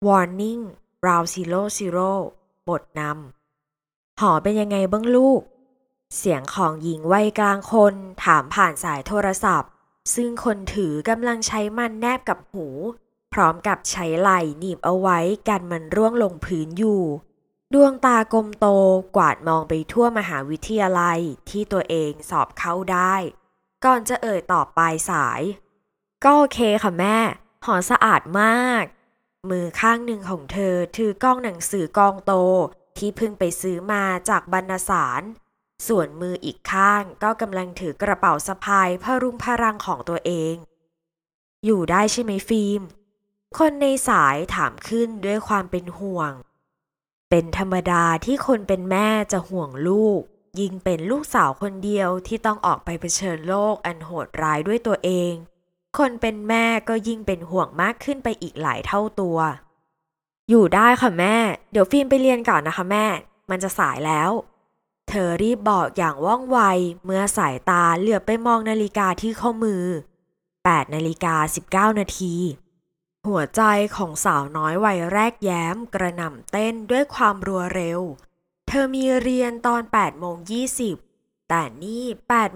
Warning Round Zero Zero บทนำหอเป็นยังไงบ้างลูกเสียงของหญิงวัยกลางคนถามผ่านสายโทรศัพท์ซึ่งคนถือกำลังใช้มันแนบกับหูพร้อมกับใช้ไหล่หนีบเอาไว้กันมันร่วงลงพื้นอยู่ดวงตากลมโตกวาดมองไปทั่วมหาวิทยาลัยที่ตัวเองสอบเข้าได้ก่อนจะเอ่ยตอบปลายสายก็โอเคค่ะแม่หอสะอาดมากมือข้างหนึ่งของเธอถือกล้องหนังสือกองโตที่เพิ่งไปซื้อมาจากบรรณสารส่วนมืออีกข้างก็กำลังถือกระเป๋าสะพายพรุงพรังของตัวเองอยู่ได้ใช่ไหมฟิล์มคนในสายถามขึ้นด้วยความเป็นห่วงเป็นธรรมดาที่คนเป็นแม่จะห่วงลูกยิ่งเป็นลูกสาวคนเดียวที่ต้องออกไปเผชิญโลกอันโหดร้ายด้วยตัวเองคนเป็นแม่ก็ยิ่งเป็นห่วงมากขึ้นไปอีกหลายเท่าตัวอยู่ได้ค่ะแม่เดี๋ยวฟิล์มไปเรียนก่อนนะคะแม่มันจะสายแล้วเธอรีบบอกอย่างว่องไวเมื่อสายตาเหลือบไปมองนาฬิกาที่ข้อมือ8:19 นาทีหัวใจของสาวน้อยวัยแรกแย้มกระหน่ำเต้นด้วยความรัวเร็วเธอมีเรียนตอน8:20แต่นี่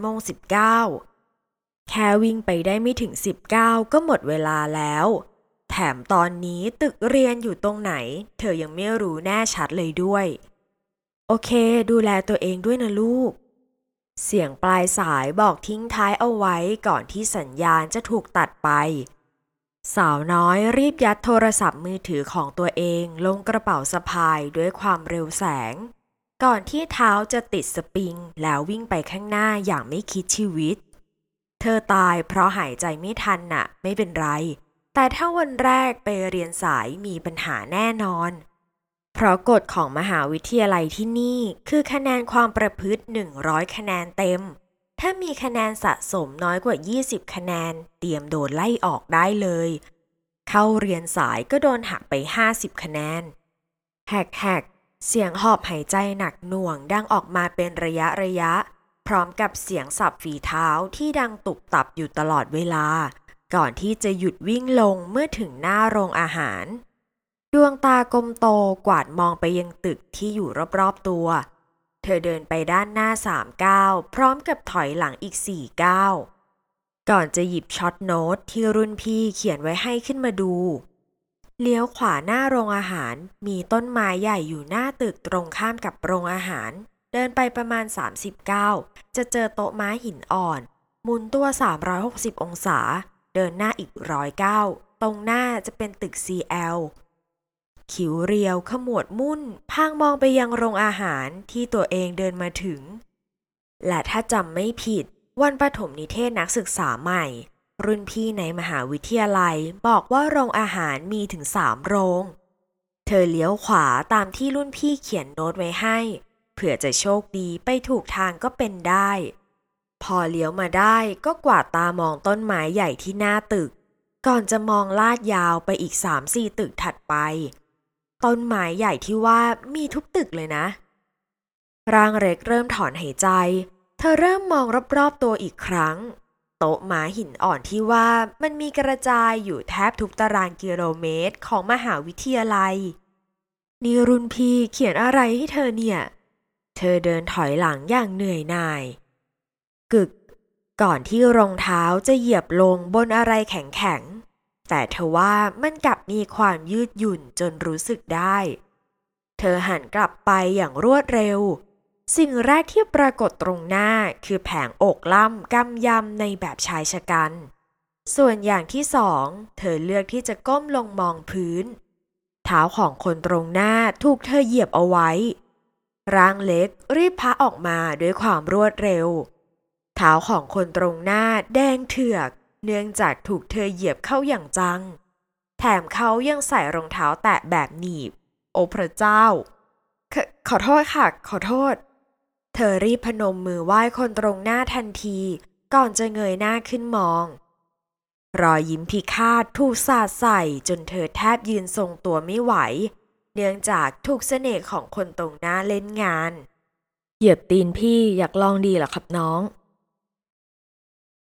8:19แค่วิ่งไปได้ไม่ถึง19ก็หมดเวลาแล้วแถมตอนนี้ตึกเรียนอยู่ตรงไหนเธอยังไม่รู้แน่ชัดเลยด้วยโอเคดูแลตัวเองด้วยนะลูกเสียงปลายสายบอกทิ้งท้ายเอาไว้ก่อนที่สัญญาณจะถูกตัดไปสาวน้อยรีบยัดโทรศัพท์มือถือของตัวเองลงกระเป๋าสะพายด้วยความเร็วแสงก่อนที่เท้าจะติดสปริงแล้ววิ่งไปข้างหน้าอย่างไม่คิดชีวิตเธอตายเพราะหายใจไม่ทันน่ะไม่เป็นไรแต่ถ้าวันแรกไปเรียนสายมีปัญหาแน่นอนเพราะกฎของมหาวิทยาลัยที่นี่คือคะแนนความประพฤติ100คะแนนเต็มถ้ามีคะแนนสะสมน้อยกว่า20คะแนนเตรียมโดนไล่ออกได้เลยเข้าเรียนสายก็โดนหักไป50คะแนนแฮกเสียงหอบหายใจหนักหน่วงดังออกมาเป็นระยะพร้อมกับเสียงสับฝีเท้าที่ดังตุบตับอยู่ตลอดเวลาก่อนที่จะหยุดวิ่งลงเมื่อถึงหน้าโรงอาหารดวงตากลมโตกวาดมองไปยังตึกที่อยู่รอบๆตัวเธอเดินไปด้านหน้า3ก้าวพร้อมกับถอยหลังอีก4ก้าวก่อนจะหยิบช็อตโน้ตที่รุ่นพี่เขียนไว้ให้ขึ้นมาดูเลี้ยวขวาหน้าโรงอาหารมีต้นไม้ใหญ่อยู่หน้าตึกตรงข้ามกับโรงอาหารเดินไปประมาณ30ก้าวจะเจอโต๊ะม้าหินอ่อนหมุนตัว360องศาเดินหน้าอีก100ก้าวตรงหน้าจะเป็นตึก CL คิ้วเรียวขมวดมุ่นพางมองไปยังโรงอาหารที่ตัวเองเดินมาถึงและถ้าจำไม่ผิดวันประถมนิเทศนักศึกษาใหม่รุ่นพี่ในมหาวิทยาลัยบอกว่าโรงอาหารมีถึง3โรงเธอเลี้ยวขวาตามที่รุ่นพี่เขียนโน้ตไว้ให้เผื่อจะโชคดีไปถูกทางก็เป็นได้พอเลี้ยวมาได้ก็กวาดตามองต้นไม้ใหญ่ที่หน้าตึกก่อนจะมองลาดยาวไปอีก 3-4 ตึกถัดไปต้นไม้ใหญ่ที่ว่ามีทุกตึกเลยนะร่างเล็กเริ่มถอนหายใจเธอเริ่มมองรอบๆตัวอีกครั้งโต๊ะม้าหินอ่อนที่ว่ามันมีกระจายอยู่แทบทุกตารางกิโลเมตรของมหาวิทยาลัยนี่รุ่นพี่เขียนอะไรให้เธอเนี่ยเธอเดินถอยหลังอย่างเหนื่อยหน่ายกึกก่อนที่รองเท้าจะเหยียบลงบนอะไรแข็งๆแต่เธอว่ามันกลับมีความยืดหยุ่นจนรู้สึกได้เธอหันกลับไปอย่างรวดเร็วสิ่งแรกที่ปรากฏตรงหน้าคือแผงอกล่ำกำยำในแบบชายชะกันส่วนอย่างที่สองเธอเลือกที่จะก้มลงมองพื้นเท้าของคนตรงหน้าถูกเธอเหยียบเอาไว้ร่างเล็กรีบพะออกมาด้วยความรวดเร็วเท้าของคนตรงหน้าแดงเถือกเนื่องจากถูกเธอเหยียบเข้าอย่างจังแถมเขายังใส่รองเท้าแตะแบบหนีบโอ้พระเจ้าขอโทษค่ะขอโทษเธอรีบพนมมือไหว้คนตรงหน้าทันทีก่อนจะเงยหน้าขึ้นมองรอยยิ้มพิฆาตถูกสาดใส่จนเธอแทบยืนทรงตัวไม่ไหวเนื่องจากถูกเสน่ห์ของคนตรงหน้าเล่นงานเหยียบตีนพี่อยากลองดีเหรอครับน้อง